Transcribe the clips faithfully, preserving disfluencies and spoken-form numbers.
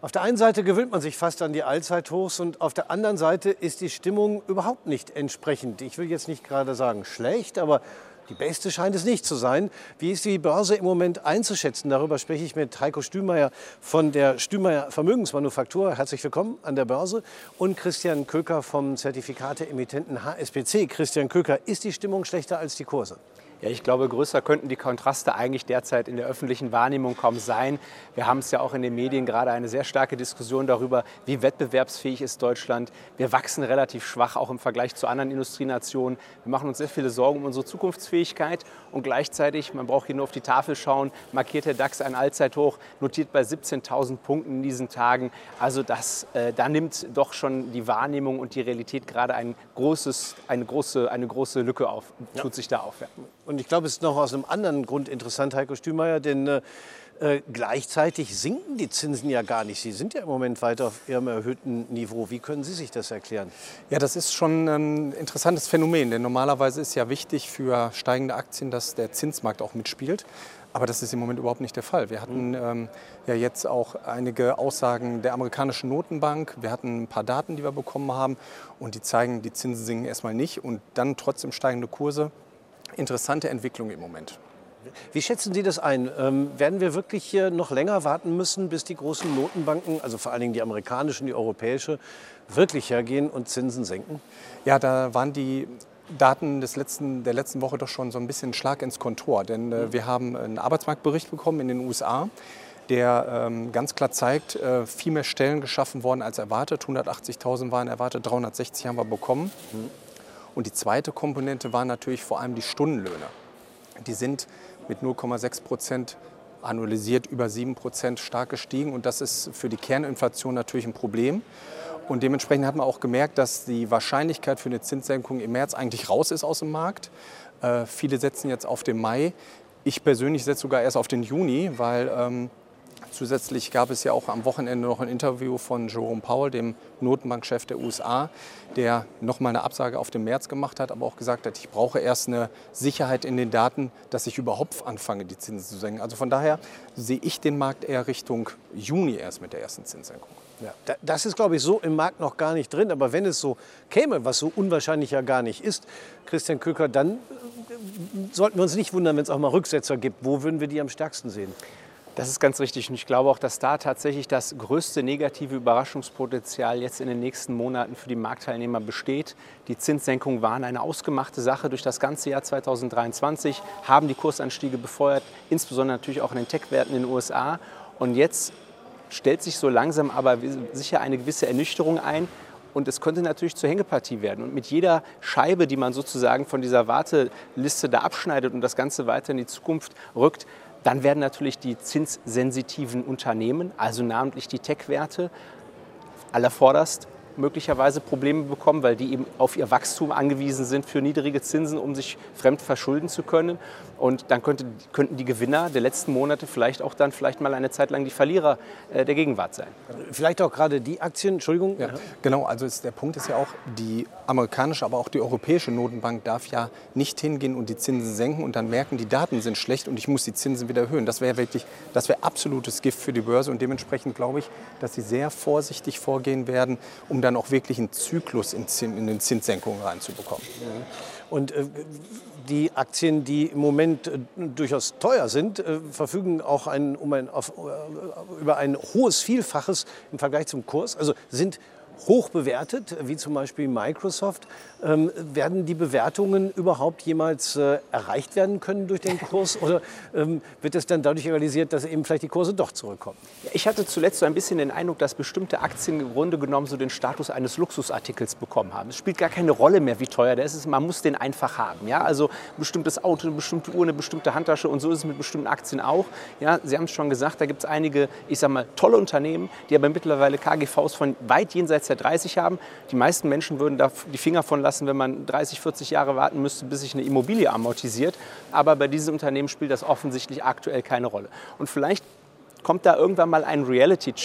Auf der einen Seite gewöhnt man sich fast an die Allzeithochs und auf der anderen Seite ist die Stimmung überhaupt nicht entsprechend. Ich will jetzt nicht gerade sagen schlecht, aber die beste scheint es nicht zu sein. Wie ist die Börse im Moment einzuschätzen? Darüber spreche ich mit Heiko Stümeyer von der Stümeyer Vermögensmanufaktur. Herzlich willkommen an der Börse. Und Christian Köker vom Zertifikate-Emittenten H S B C. Christian Köker, ist die Stimmung schlechter als die Kurse? Ja, ich glaube, größer könnten die Kontraste eigentlich derzeit in der öffentlichen Wahrnehmung kaum sein. Wir haben es ja auch in den Medien gerade eine sehr starke Diskussion darüber, wie wettbewerbsfähig ist Deutschland. Wir wachsen relativ schwach, auch im Vergleich zu anderen Industrienationen. Wir machen uns sehr viele Sorgen um unsere Zukunftsfähigkeit. Und gleichzeitig, man braucht hier nur auf die Tafel schauen, markiert der DAX ein Allzeithoch, notiert bei siebzehntausend Punkten in diesen Tagen. Also das, äh, da nimmt doch schon die Wahrnehmung und die Realität gerade ein großes, eine, große, eine große Lücke auf, tut ja. sich da auf. Ja. Und ich glaube, es ist noch aus einem anderen Grund interessant, Heiko Stümeyer, denn äh, äh, gleichzeitig sinken die Zinsen ja gar nicht. Sie sind ja im Moment weiter auf ihrem erhöhten Niveau. Wie können Sie sich das erklären? Ja, das ist schon ein interessantes Phänomen, denn normalerweise ist ja wichtig für steigende Aktien, dass der Zinsmarkt auch mitspielt. Aber das ist im Moment überhaupt nicht der Fall. Wir hatten ähm, ja jetzt auch einige Aussagen der amerikanischen Notenbank. Wir hatten ein paar Daten, die wir bekommen haben und die zeigen, die Zinsen sinken erstmal nicht und dann trotzdem steigende Kurse. Interessante Entwicklung im Moment. Wie schätzen Sie das ein? Ähm, werden wir wirklich hier noch länger warten müssen, bis die großen Notenbanken, also vor allen Dingen die amerikanische, die europäische, wirklich hergehen und Zinsen senken? Ja, da waren die Daten des letzten, der letzten Woche doch schon so ein bisschen Schlag ins Kontor. Denn äh, wir haben einen Arbeitsmarktbericht bekommen in den U S A, der ähm, ganz klar zeigt, äh, viel mehr Stellen geschaffen worden als erwartet. hundertachtzigtausend waren erwartet, dreihundertsechzig haben wir bekommen. Mhm. Und die zweite Komponente waren natürlich vor allem die Stundenlöhne. Die sind mit null Komma sechs Prozent annualisiert über sieben Prozent stark gestiegen. Und das ist für die Kerninflation natürlich ein Problem. Und dementsprechend hat man auch gemerkt, dass die Wahrscheinlichkeit für eine Zinssenkung im März eigentlich raus ist aus dem Markt. Äh, viele setzen jetzt auf den Mai. Ich persönlich setze sogar erst auf den Juni, weil ähm, zusätzlich gab es ja auch am Wochenende noch ein Interview von Jerome Powell, dem Notenbankchef der U S A, der nochmal eine Absage auf den März gemacht hat, aber auch gesagt hat, ich brauche erst eine Sicherheit in den Daten, dass ich überhaupt anfange, die Zinsen zu senken. Also von daher sehe ich den Markt eher Richtung Juni erst mit der ersten Zinssenkung. Ja, das ist, glaube ich, so im Markt noch gar nicht drin. Aber wenn es so käme, was so unwahrscheinlich ja gar nicht ist, Christian Köker, dann sollten wir uns nicht wundern, wenn es auch mal Rücksetzer gibt. Wo würden wir die am stärksten sehen? Das ist ganz richtig und ich glaube auch, dass da tatsächlich das größte negative Überraschungspotenzial jetzt in den nächsten Monaten für die Marktteilnehmer besteht. Die Zinssenkungen waren eine ausgemachte Sache durch das ganze Jahr zweitausenddreiundzwanzig, haben die Kursanstiege befeuert, insbesondere natürlich auch in den Tech-Werten in den U S A. Und jetzt stellt sich so langsam aber sicher eine gewisse Ernüchterung ein. Und es könnte natürlich zur Hängepartie werden. Und mit jeder Scheibe, die man sozusagen von dieser Warteliste da abschneidet und das Ganze weiter in die Zukunft rückt, dann werden natürlich die zinssensitiven Unternehmen, also namentlich die Tech-Werte, allervorderst möglicherweise Probleme bekommen, weil die eben auf ihr Wachstum angewiesen sind für niedrige Zinsen, um sich fremd verschulden zu können. Und dann könnte, könnten die Gewinner der letzten Monate vielleicht auch dann vielleicht mal eine Zeit lang die Verlierer äh, der Gegenwart sein. Vielleicht auch gerade die Aktien, Entschuldigung. Ja, genau, also ist, der Punkt ist ja auch, die amerikanische, aber auch die europäische Notenbank darf ja nicht hingehen und die Zinsen senken und dann merken, die Daten sind schlecht und ich muss die Zinsen wieder erhöhen. Das wäre wirklich, das wäre absolutes Gift für die Börse und dementsprechend glaube ich, dass sie sehr vorsichtig vorgehen werden, um dann auch wirklich einen Zyklus in, Zins, in den Zinssenkungen reinzubekommen. Und äh, die Aktien, die im Moment äh, durchaus teuer sind, äh, verfügen auch ein, um ein, auf, äh, über ein hohes Vielfaches im Vergleich zum Kurs, also sind hoch bewertet, wie zum Beispiel Microsoft. Ähm, werden die Bewertungen überhaupt jemals äh, erreicht werden können durch den Kurs? Oder ähm, wird es dann dadurch realisiert, dass eben vielleicht die Kurse doch zurückkommen? Ich hatte zuletzt so ein bisschen den Eindruck, dass bestimmte Aktien im Grunde genommen so den Status eines Luxusartikels bekommen haben. Es spielt gar keine Rolle mehr, wie teuer der ist. Man muss den einfach haben. Ja? Also ein bestimmtes Auto, eine bestimmte Uhr, eine bestimmte Handtasche und so ist es mit bestimmten Aktien auch. Ja? Sie haben es schon gesagt, da gibt es einige, ich sag mal, tolle Unternehmen, die aber mittlerweile K G Vs von weit jenseits der dreißig haben. Die meisten Menschen würden da die Finger von lassen, wenn man dreißig, vierzig Jahre warten müsste, bis sich eine Immobilie amortisiert. Aber bei diesen Unternehmen spielt das offensichtlich aktuell keine Rolle. Und vielleicht kommt da irgendwann mal ein Reality-Check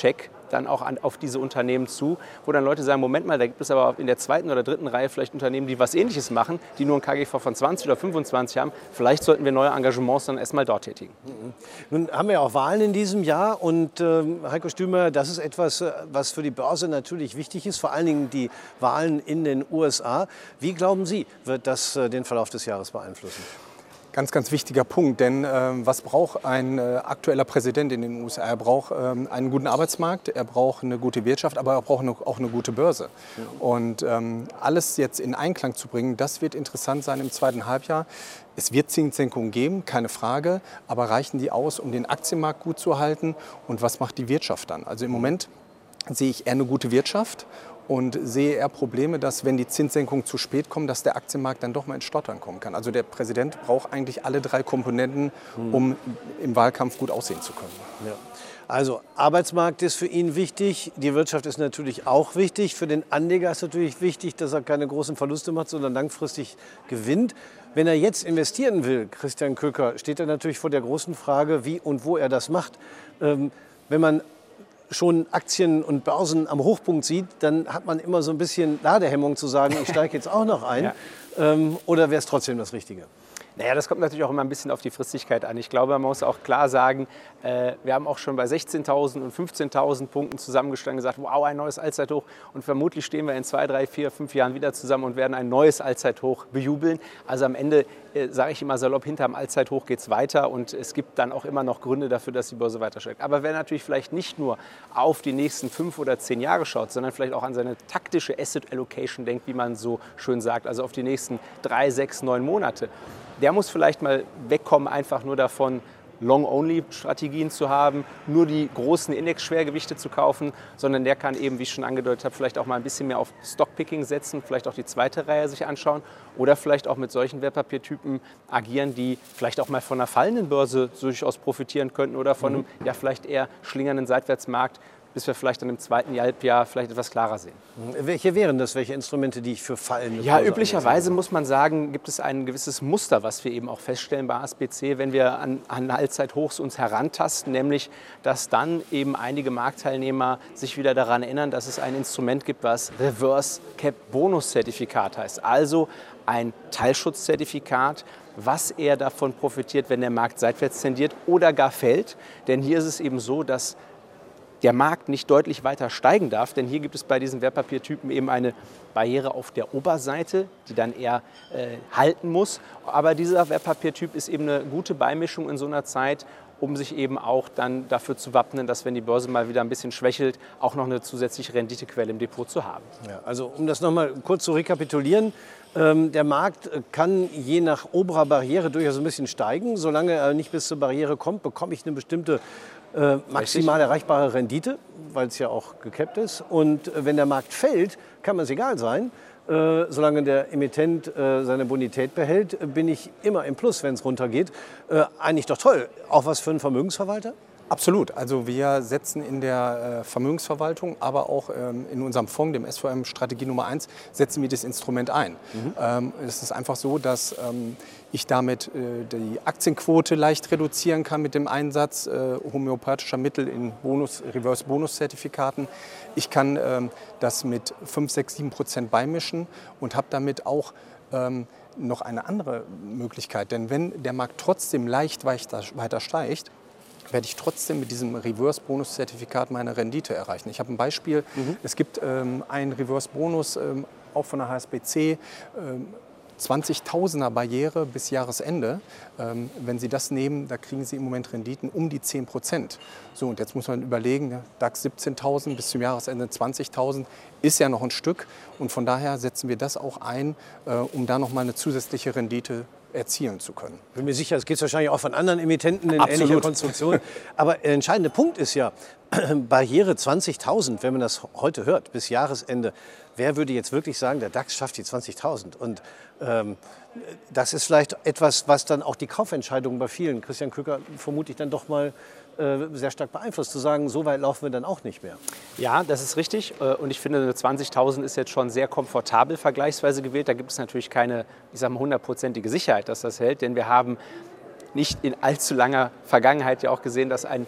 dann auch an, auf diese Unternehmen zu, wo dann Leute sagen, Moment mal, da gibt es aber in der zweiten oder dritten Reihe vielleicht Unternehmen, die was Ähnliches machen, die nur ein K G V von zwanzig oder fünfundzwanzig haben. Vielleicht sollten wir neue Engagements dann erstmal dort tätigen. Mhm. Nun haben wir ja auch Wahlen in diesem Jahr und äh, Heiko Stümer, das ist etwas, was für die Börse natürlich wichtig ist, vor allen Dingen die Wahlen in den U S A. Wie glauben Sie, wird das äh, den Verlauf des Jahres beeinflussen? Ganz, ganz wichtiger Punkt, denn äh, was braucht ein äh, aktueller Präsident in den U S A? Er braucht ähm, einen guten Arbeitsmarkt, er braucht eine gute Wirtschaft, aber er braucht eine, auch eine gute Börse. Mhm. Und ähm, alles jetzt in Einklang zu bringen, das wird interessant sein im zweiten Halbjahr. Es wird Zinssenkungen geben, keine Frage, aber reichen die aus, um den Aktienmarkt gut zu halten? Und was macht die Wirtschaft dann? Also im Moment sehe ich eher eine gute Wirtschaft und sehe eher Probleme, dass, wenn die Zinssenkungen zu spät kommen, dass der Aktienmarkt dann doch mal ins Stottern kommen kann. Also der Präsident braucht eigentlich alle drei Komponenten, um im Wahlkampf gut aussehen zu können. Ja. Also Arbeitsmarkt ist für ihn wichtig, die Wirtschaft ist natürlich auch wichtig. Für den Anleger ist natürlich wichtig, dass er keine großen Verluste macht, sondern langfristig gewinnt. Wenn er jetzt investieren will, Christian Köcker, steht er natürlich vor der großen Frage, wie und wo er das macht. Ähm, wenn man schon Aktien und Börsen am Hochpunkt sieht, dann hat man immer so ein bisschen Ladehemmung zu sagen, ich steige jetzt auch noch ein. Ja. Ähm, oder wäre es trotzdem das Richtige? Naja, das kommt natürlich auch immer ein bisschen auf die Fristigkeit an. Ich glaube, man muss auch klar sagen, äh, wir haben auch schon bei sechzehntausend und fünfzehntausend Punkten zusammengestanden und gesagt, wow, ein neues Allzeithoch. Und vermutlich stehen wir in zwei, drei, vier, fünf Jahren wieder zusammen und werden ein neues Allzeithoch bejubeln. Also am Ende, äh, sage ich immer salopp, hinterm Allzeithoch geht es weiter und es gibt dann auch immer noch Gründe dafür, dass die Börse weiter steigt. Aber wer natürlich vielleicht nicht nur auf die nächsten fünf oder zehn Jahre schaut, sondern vielleicht auch an seine taktische Asset Allocation denkt, wie man so schön sagt, also auf die nächsten drei, sechs, neun Monate, der muss vielleicht mal wegkommen, einfach nur davon, Long-Only-Strategien zu haben, nur die großen Index-Schwergewichte zu kaufen, sondern der kann eben, wie ich schon angedeutet habe, vielleicht auch mal ein bisschen mehr auf Stockpicking setzen, vielleicht auch die zweite Reihe sich anschauen oder vielleicht auch mit solchen Wertpapiertypen agieren, die vielleicht auch mal von einer fallenden Börse durchaus profitieren könnten oder von einem ja vielleicht eher schlingernden Seitwärtsmarkt, bis wir vielleicht dann im zweiten Halbjahr vielleicht etwas klarer sehen. Welche wären das? Welche Instrumente, die ich für fallende Ja, üblicherweise muss man sagen, gibt es ein gewisses Muster, was wir eben auch feststellen bei A S B C, wenn wir an, an Allzeithochs uns herantasten, nämlich, dass dann eben einige Marktteilnehmer sich wieder daran erinnern, dass es ein Instrument gibt, was Reverse Cap Bonus Zertifikat heißt. Also ein Teilschutzzertifikat, was eher davon profitiert, wenn der Markt seitwärts tendiert oder gar fällt. Denn hier ist es eben so, dass der Markt nicht deutlich weiter steigen darf, denn hier gibt es bei diesen Wertpapiertypen eben eine Barriere auf der Oberseite, die dann eher äh, halten muss. Aber dieser Wertpapiertyp ist eben eine gute Beimischung in so einer Zeit, um sich eben auch dann dafür zu wappnen, dass, wenn die Börse mal wieder ein bisschen schwächelt, auch noch eine zusätzliche Renditequelle im Depot zu haben. Ja, also um das noch mal kurz zu rekapitulieren, ähm, der Markt kann je nach oberer Barriere durchaus ein bisschen steigen. Solange er nicht bis zur Barriere kommt, bekomme ich eine bestimmte äh, maximal erreichbare Rendite, weil es ja auch gekappt ist. Und äh, wenn der Markt fällt, kann mir es egal sein. Äh, solange der Emittent äh, seine Bonität behält, bin ich immer im Plus, wenn es runtergeht. Äh, eigentlich doch toll. Auch was für einen Vermögensverwalter? Absolut. Also wir setzen in der äh, Vermögensverwaltung, aber auch ähm, in unserem Fonds, dem S V M Strategie Nummer eins, setzen wir das Instrument ein. Mhm. Ähm, es ist einfach so, dass ähm, ich damit äh, die Aktienquote leicht reduzieren kann mit dem Einsatz äh, homöopathischer Mittel in Bonus, Reverse-Bonus-Zertifikaten. Ich kann ähm, das mit fünf, sechs, sieben Prozent beimischen und habe damit auch ähm, noch eine andere Möglichkeit. Denn wenn der Markt trotzdem leicht weiter, weiter steigt, werde ich trotzdem mit diesem Reverse-Bonus-Zertifikat meine Rendite erreichen. Ich habe ein Beispiel. Mhm. Es gibt ähm, einen Reverse-Bonus, ähm, auch von der H S B C, ähm, zwanzigtausender Barriere bis Jahresende. Ähm, wenn Sie das nehmen, da kriegen Sie im Moment Renditen um die zehn Prozent. So, und jetzt muss man überlegen, ja, DAX siebzehntausend bis zum Jahresende zwanzigtausend ist ja noch ein Stück. Und von daher setzen wir das auch ein, äh, um da noch mal eine zusätzliche Rendite erzielen zu können. Ich bin mir sicher, es geht wahrscheinlich auch von anderen Emittenten in Absolut. ähnlicher Konstruktion. Aber der entscheidende Punkt ist ja, Barriere zwanzigtausend, wenn man das heute hört, bis Jahresende. Wer würde jetzt wirklich sagen, der DAX schafft die zwanzigtausend? Und ähm, das ist vielleicht etwas, was dann auch die Kaufentscheidungen bei vielen, Christian Köcker, vermutlich dann doch mal äh, sehr stark beeinflusst, zu sagen, so weit laufen wir dann auch nicht mehr. Ja, das ist richtig. Und ich finde, zwanzigtausend ist jetzt schon sehr komfortabel vergleichsweise gewählt. Da gibt es natürlich keine, ich sage mal, hundertprozentige Sicherheit, dass das hält. Denn wir haben nicht in allzu langer Vergangenheit ja auch gesehen, dass ein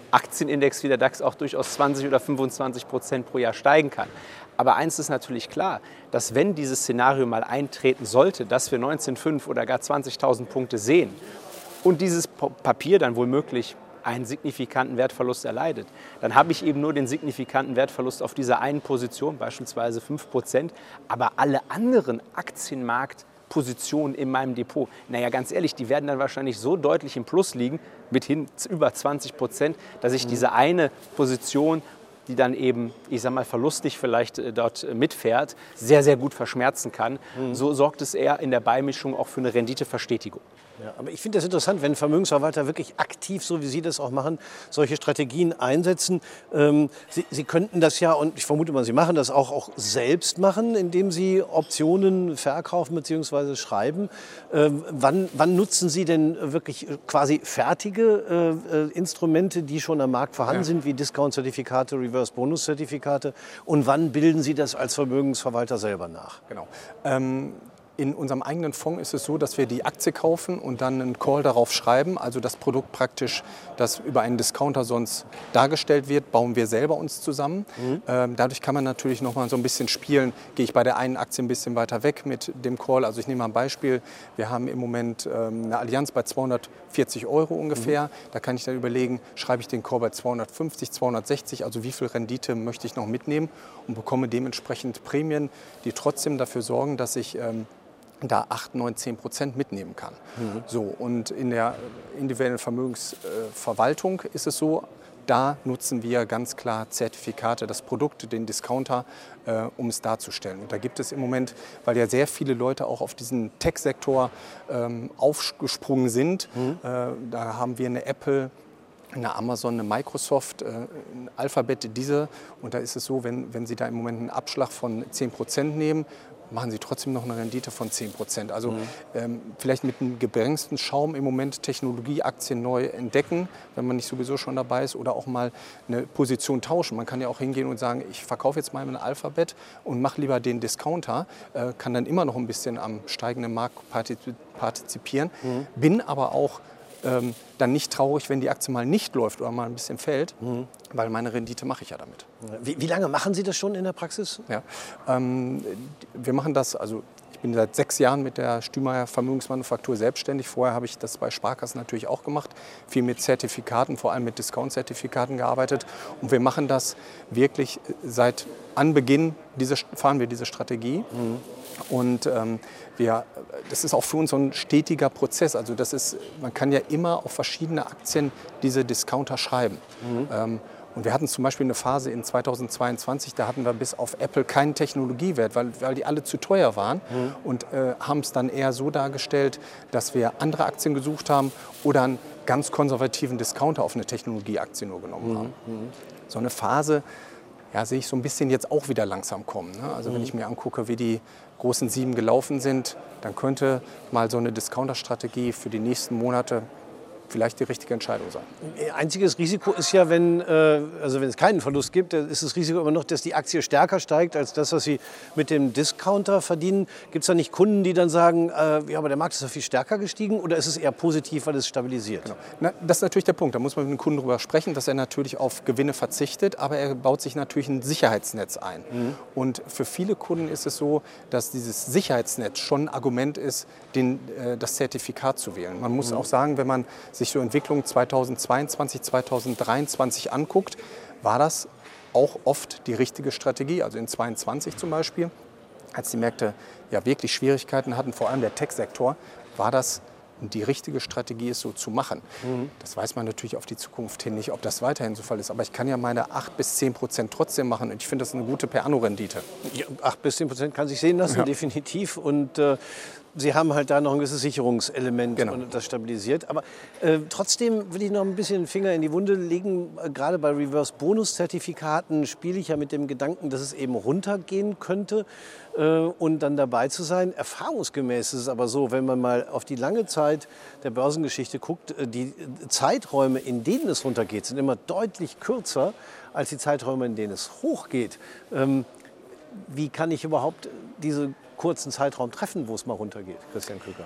Aktienindex wie der DAX auch durchaus zwanzig oder fünfundzwanzig Prozent pro Jahr steigen kann. Aber eins ist natürlich klar, dass wenn dieses Szenario mal eintreten sollte, dass wir neunzehn Komma fünf oder gar zwanzigtausend Punkte sehen und dieses Papier dann womöglich einen signifikanten Wertverlust erleidet, dann habe ich eben nur den signifikanten Wertverlust auf dieser einen Position, beispielsweise fünf Prozent, aber alle anderen Aktienmarktpositionen in meinem Depot, naja, ganz ehrlich, die werden dann wahrscheinlich so deutlich im Plus liegen, mit hin über zwanzig Prozent, dass ich diese eine Position, die dann eben, ich sag mal, verlustig vielleicht äh, dort äh, mitfährt, sehr, sehr gut verschmerzen kann. Mhm. So sorgt es eher in der Beimischung auch für eine Renditeverstetigung. Ja, aber ich finde das interessant, wenn Vermögensverwalter wirklich aktiv, so wie Sie das auch machen, solche Strategien einsetzen. Ähm, Sie, Sie könnten das ja, und ich vermute mal, Sie machen das auch, auch selbst machen, indem Sie Optionen verkaufen bzw. schreiben. Ähm, wann, wann nutzen Sie denn wirklich quasi fertige äh, Instrumente, die schon am Markt vorhanden ja. sind, wie Discount-Zertifikate, Reverse-Bonus-Zertifikate? Und wann bilden Sie das als Vermögensverwalter selber nach? Genau. Ähm In unserem eigenen Fonds ist es so, dass wir die Aktie kaufen und dann einen Call darauf schreiben. Also das Produkt praktisch, das über einen Discounter sonst dargestellt wird, bauen wir selber uns zusammen. Mhm. Ähm, dadurch kann man natürlich noch mal so ein bisschen spielen. Gehe ich bei der einen Aktie ein bisschen weiter weg mit dem Call. Also ich nehme mal ein Beispiel. Wir haben im Moment ähm, eine Allianz bei zweihundertvierzig Euro ungefähr. Mhm. Da kann ich dann überlegen, schreibe ich den Call bei zweihundertfünfzig, zweihundertsechzig. Also wie viel Rendite möchte ich noch mitnehmen und bekomme dementsprechend Prämien, die trotzdem dafür sorgen, dass ich ähm, da acht, neun, zehn Prozent mitnehmen kann. Mhm. So, und in der individuellen Vermögensverwaltung ist es so, da nutzen wir ganz klar Zertifikate, das Produkt, den Discounter, äh, um es darzustellen. Und da gibt es im Moment, weil ja sehr viele Leute auch auf diesen Tech-Sektor ähm, aufgesprungen sind, mhm. äh, da haben wir eine Apple, eine Amazon, eine Microsoft, ein Alphabet, diese. Und da ist es so, wenn, wenn Sie da im Moment einen Abschlag von zehn Prozent nehmen, machen Sie trotzdem noch eine Rendite von zehn Prozent. Also mhm. ähm, vielleicht mit einem gebremsten Schaum im Moment Technologieaktien neu entdecken, wenn man nicht sowieso schon dabei ist, oder auch mal eine Position tauschen. Man kann ja auch hingehen und sagen, ich verkaufe jetzt mal ein Alphabet und mache lieber den Discounter, äh, kann dann immer noch ein bisschen am steigenden Markt partizipieren, mhm. bin aber auch Ähm, dann nicht traurig, wenn die Aktie mal nicht läuft oder mal ein bisschen fällt, mhm. weil meine Rendite mache ich ja damit. Wie, wie lange machen Sie das schon in der Praxis? Ja, ähm, wir machen das, also ich bin seit sechs Jahren mit der Stümeyer Vermögensmanufaktur selbstständig. Vorher habe ich das bei Sparkassen natürlich auch gemacht, viel mit Zertifikaten, vor allem mit Discount-Zertifikaten gearbeitet. Und wir machen das wirklich seit Anbeginn, diese, fahren wir diese Strategie. Mhm. Und ähm, wir, das ist auch für uns so ein stetiger Prozess. Also das ist, man kann ja immer auf verschiedene Aktien diese Discounter schreiben. Mhm. Ähm, und wir hatten zum Beispiel eine Phase in zweitausendzweiundzwanzig, da hatten wir bis auf Apple keinen Technologiewert, weil, weil die alle zu teuer waren. Mhm. Und äh, haben es dann eher so dargestellt, dass wir andere Aktien gesucht haben oder einen ganz konservativen Discounter auf eine Technologieaktie nur genommen mhm. haben. Mhm. So eine Phase, ja, sehe ich so ein bisschen jetzt auch wieder langsam kommen. Ne? Also mhm. wenn ich mir angucke, wie die großen Sieben gelaufen sind, dann könnte mal so eine Discounter-Strategie für die nächsten Monate vielleicht die richtige Entscheidung sein. Einziges Risiko ist ja, wenn, äh, also wenn es keinen Verlust gibt, dann ist das Risiko immer noch, dass die Aktie stärker steigt als das, was Sie mit dem Discounter verdienen. Gibt es da nicht Kunden, die dann sagen, äh, ja, aber der Markt ist ja viel stärker gestiegen, oder ist es eher positiv, weil es stabilisiert? Genau. Na, das ist natürlich der Punkt. Da muss man mit dem Kunden darüber sprechen, dass er natürlich auf Gewinne verzichtet, aber er baut sich natürlich ein Sicherheitsnetz ein. Mhm. Und für viele Kunden ist es so, dass dieses Sicherheitsnetz schon ein Argument ist, den, äh, das Zertifikat zu wählen. Man muss mhm. auch sagen, wenn man sich so Entwicklung zweitausendzweiundzwanzig, zweitausenddreiundzwanzig anguckt, war das auch oft die richtige Strategie. Also in zweitausendzweiundzwanzig zum Beispiel, als die Märkte ja wirklich Schwierigkeiten hatten, vor allem der Tech-Sektor, war das die richtige Strategie, es so zu machen. Mhm. Das weiß man natürlich auf die Zukunft hin nicht, ob das weiterhin so Fall ist. Aber ich kann ja meine acht bis zehn Prozent trotzdem machen. Und ich finde das eine gute Per-Anno-Rendite. Ja, acht bis zehn Prozent kann sich sehen lassen, ja. definitiv. Und äh, Sie haben halt da noch ein gewisses Sicherungselement, genau. und das stabilisiert. Aber äh, trotzdem will ich noch ein bisschen den Finger in die Wunde legen. Äh, gerade bei Reverse-Bonus-Zertifikaten spiele ich ja mit dem Gedanken, dass es eben runtergehen könnte äh, und dann dabei zu sein. Erfahrungsgemäß ist es aber so, wenn man mal auf die lange Zeit der Börsengeschichte guckt, äh, die Zeiträume, in denen es runtergeht, sind immer deutlich kürzer als die Zeiträume, in denen es hochgeht. Ähm, wie kann ich überhaupt diese kurzen Zeitraum treffen, wo es mal runtergeht, Christian Klücker?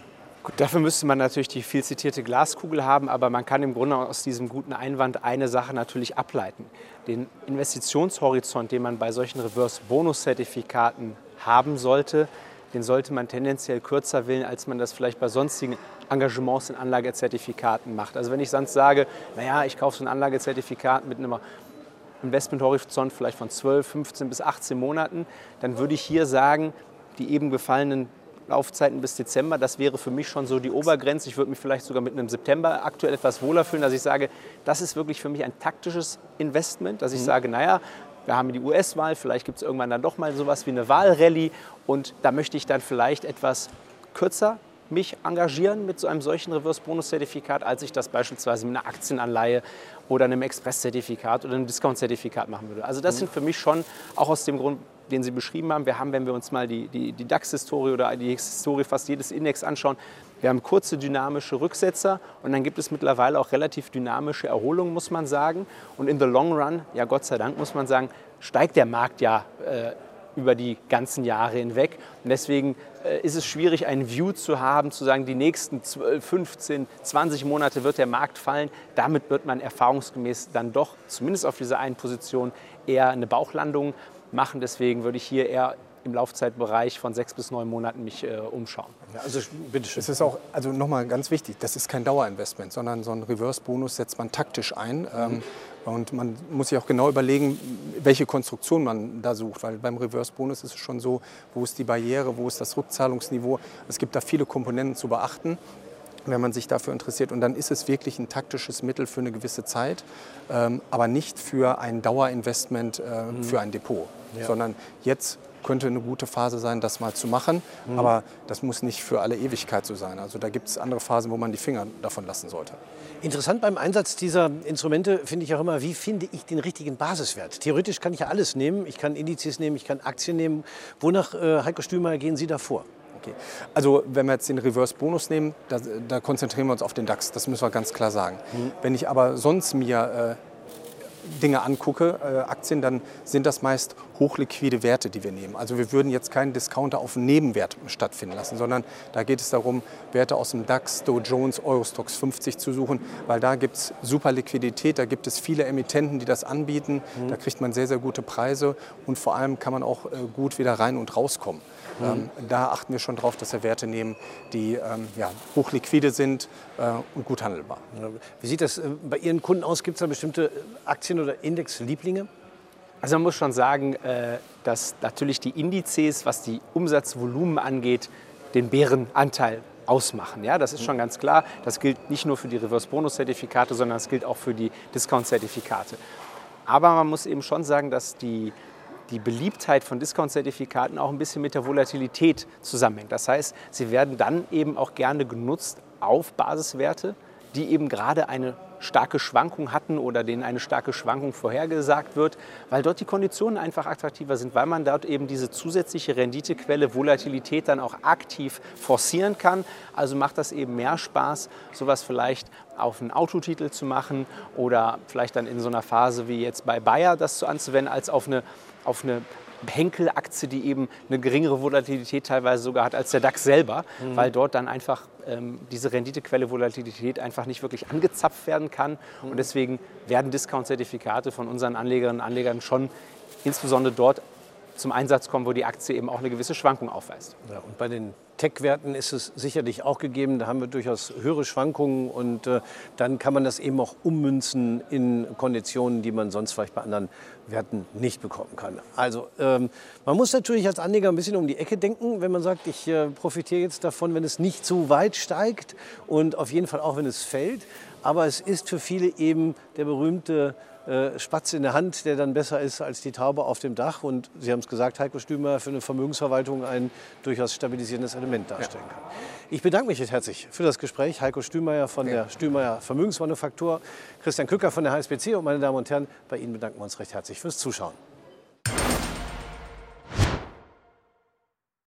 Gut, dafür müsste man natürlich die viel zitierte Glaskugel haben, aber man kann im Grunde aus diesem guten Einwand eine Sache natürlich ableiten. Den Investitionshorizont, den man bei solchen Reverse-Bonus-Zertifikaten haben sollte, den sollte man tendenziell kürzer wählen, als man das vielleicht bei sonstigen Engagements in Anlagezertifikaten macht. Also wenn ich sonst sage, naja, ich kaufe so ein Anlagezertifikat mit einem Investmenthorizont vielleicht von zwölf, fünfzehn bis achtzehn Monaten, dann würde ich hier sagen, die eben gefallenen Laufzeiten bis Dezember, das wäre für mich schon so die Obergrenze. Ich würde mich vielleicht sogar mit einem September aktuell etwas wohler fühlen, dass ich sage, das ist wirklich für mich ein taktisches Investment, dass ich mhm. sage, naja, wir haben die U S-Wahl, vielleicht gibt es irgendwann dann doch mal sowas wie eine Wahlrallye und da möchte ich dann vielleicht etwas kürzer mich engagieren mit so einem solchen Reverse-Bonus-Zertifikat, als ich das beispielsweise mit einer Aktienanleihe oder einem Express-Zertifikat oder einem Discount-Zertifikat machen würde. Also das mhm. sind für mich schon, auch aus dem Grund, den Sie beschrieben haben, wir haben, wenn wir uns mal die, die, die DAX-Historie oder die Historie fast jedes Index anschauen, wir haben kurze dynamische Rücksetzer und dann gibt es mittlerweile auch relativ dynamische Erholungen, muss man sagen. Und in the long run, ja Gott sei Dank, muss man sagen, steigt der Markt ja äh, über die ganzen Jahre hinweg. Und deswegen äh, ist es schwierig, einen View zu haben, zu sagen, die nächsten zwölf, fünfzehn, zwanzig Monate wird der Markt fallen. Damit wird man erfahrungsgemäß dann doch, zumindest auf dieser einen Position, eher eine Bauchlandung machen. Deswegen würde ich hier eher im Laufzeitbereich von sechs bis neun Monaten mich äh, umschauen. Ja, also bitte schön. Es ist auch, also nochmal ganz wichtig, das ist kein Dauerinvestment, sondern so ein Reverse-Bonus setzt man taktisch ein. Mhm. Ähm, und man muss sich auch genau überlegen, welche Konstruktion man da sucht. Weil beim Reverse-Bonus ist es schon so, wo ist die Barriere, wo ist das Rückzahlungsniveau. Es gibt da viele Komponenten zu beachten, wenn man sich dafür interessiert. Und dann ist es wirklich ein taktisches Mittel für eine gewisse Zeit, ähm, aber nicht für ein Dauerinvestment äh, mhm. für ein Depot, ja. sondern jetzt könnte eine gute Phase sein, das mal zu machen, mhm. aber das muss nicht für alle Ewigkeit so sein. Also da gibt es andere Phasen, wo man die Finger davon lassen sollte. Interessant beim Einsatz dieser Instrumente finde ich auch immer, wie finde ich den richtigen Basiswert? Theoretisch kann ich ja alles nehmen, ich kann Indizes nehmen, ich kann Aktien nehmen. Wonach, äh, Heiko Stühlmeier, gehen Sie da vor? Okay. Also wenn wir jetzt den Reverse-Bonus nehmen, da, da konzentrieren wir uns auf den DAX, das müssen wir ganz klar sagen. Mhm. Wenn ich aber sonst mir äh, Dinge angucke, äh, Aktien, dann sind das meist hochliquide Werte, die wir nehmen. Also wir würden jetzt keinen Discounter auf einen Nebenwert stattfinden lassen, sondern da geht es darum, Werte aus dem DAX, Dow Jones, Eurostoxx fünfzig zu suchen, weil da gibt es super Liquidität, da gibt es viele Emittenten, die das anbieten, mhm. da kriegt man sehr, sehr gute Preise und vor allem kann man auch äh, gut wieder rein und rauskommen. Mhm. Ähm, da achten wir schon drauf, dass wir Werte nehmen, die ähm, ja, hochliquide sind äh, und gut handelbar. Wie sieht das äh, bei Ihren Kunden aus? Gibt es da bestimmte Aktien- oder Indexlieblinge? Also man muss schon sagen, äh, dass natürlich die Indizes, was die Umsatzvolumen angeht, den Bärenanteil ausmachen. Ja, das ist schon ganz klar. Das gilt nicht nur für die Reverse-Bonus-Zertifikate, sondern das gilt auch für die Discount-Zertifikate. Aber man muss eben schon sagen, dass die die Beliebtheit von Discount-Zertifikaten auch ein bisschen mit der Volatilität zusammenhängt. Das heißt, sie werden dann eben auch gerne genutzt auf Basiswerte, die eben gerade eine starke Schwankung hatten oder denen eine starke Schwankung vorhergesagt wird, weil dort die Konditionen einfach attraktiver sind, weil man dort eben diese zusätzliche Renditequelle Volatilität dann auch aktiv forcieren kann. Also macht das eben mehr Spaß, sowas vielleicht auf einen Autotitel zu machen oder vielleicht dann in so einer Phase wie jetzt bei Bayer das so anzuwenden, als auf eine, auf eine Henkel-Aktie, die eben eine geringere Volatilität teilweise sogar hat als der DAX selber, mhm. weil dort dann einfach ähm, diese Renditequelle Volatilität einfach nicht wirklich angezapft werden kann. Mhm. Und deswegen werden Discount-Zertifikate von unseren Anlegerinnen und Anlegern schon insbesondere dort zum Einsatz kommen, wo die Aktie eben auch eine gewisse Schwankung aufweist. Ja, und bei den Tech-Werten ist es sicherlich auch gegeben. Da haben wir durchaus höhere Schwankungen und äh, dann kann man das eben auch ummünzen in Konditionen, die man sonst vielleicht bei anderen Werten nicht bekommen kann. Also ähm, man muss natürlich als Anleger ein bisschen um die Ecke denken, wenn man sagt, ich äh, profitiere jetzt davon, wenn es nicht zu weit steigt und auf jeden Fall auch, wenn es fällt. Aber es ist für viele eben der berühmte äh, Spatz in der Hand, der dann besser ist als die Taube auf dem Dach. Und Sie haben es gesagt, Heiko Stühlmeier, für eine Vermögensverwaltung ein durchaus stabilisierendes Element darstellen kann. Ich bedanke mich jetzt herzlich für das Gespräch. Heiko Stühlmeier von der Stühlmeier Vermögensmanufaktur, Christian Kücker von der H S B C und meine Damen und Herren, bei Ihnen bedanken wir uns recht herzlich fürs Zuschauen.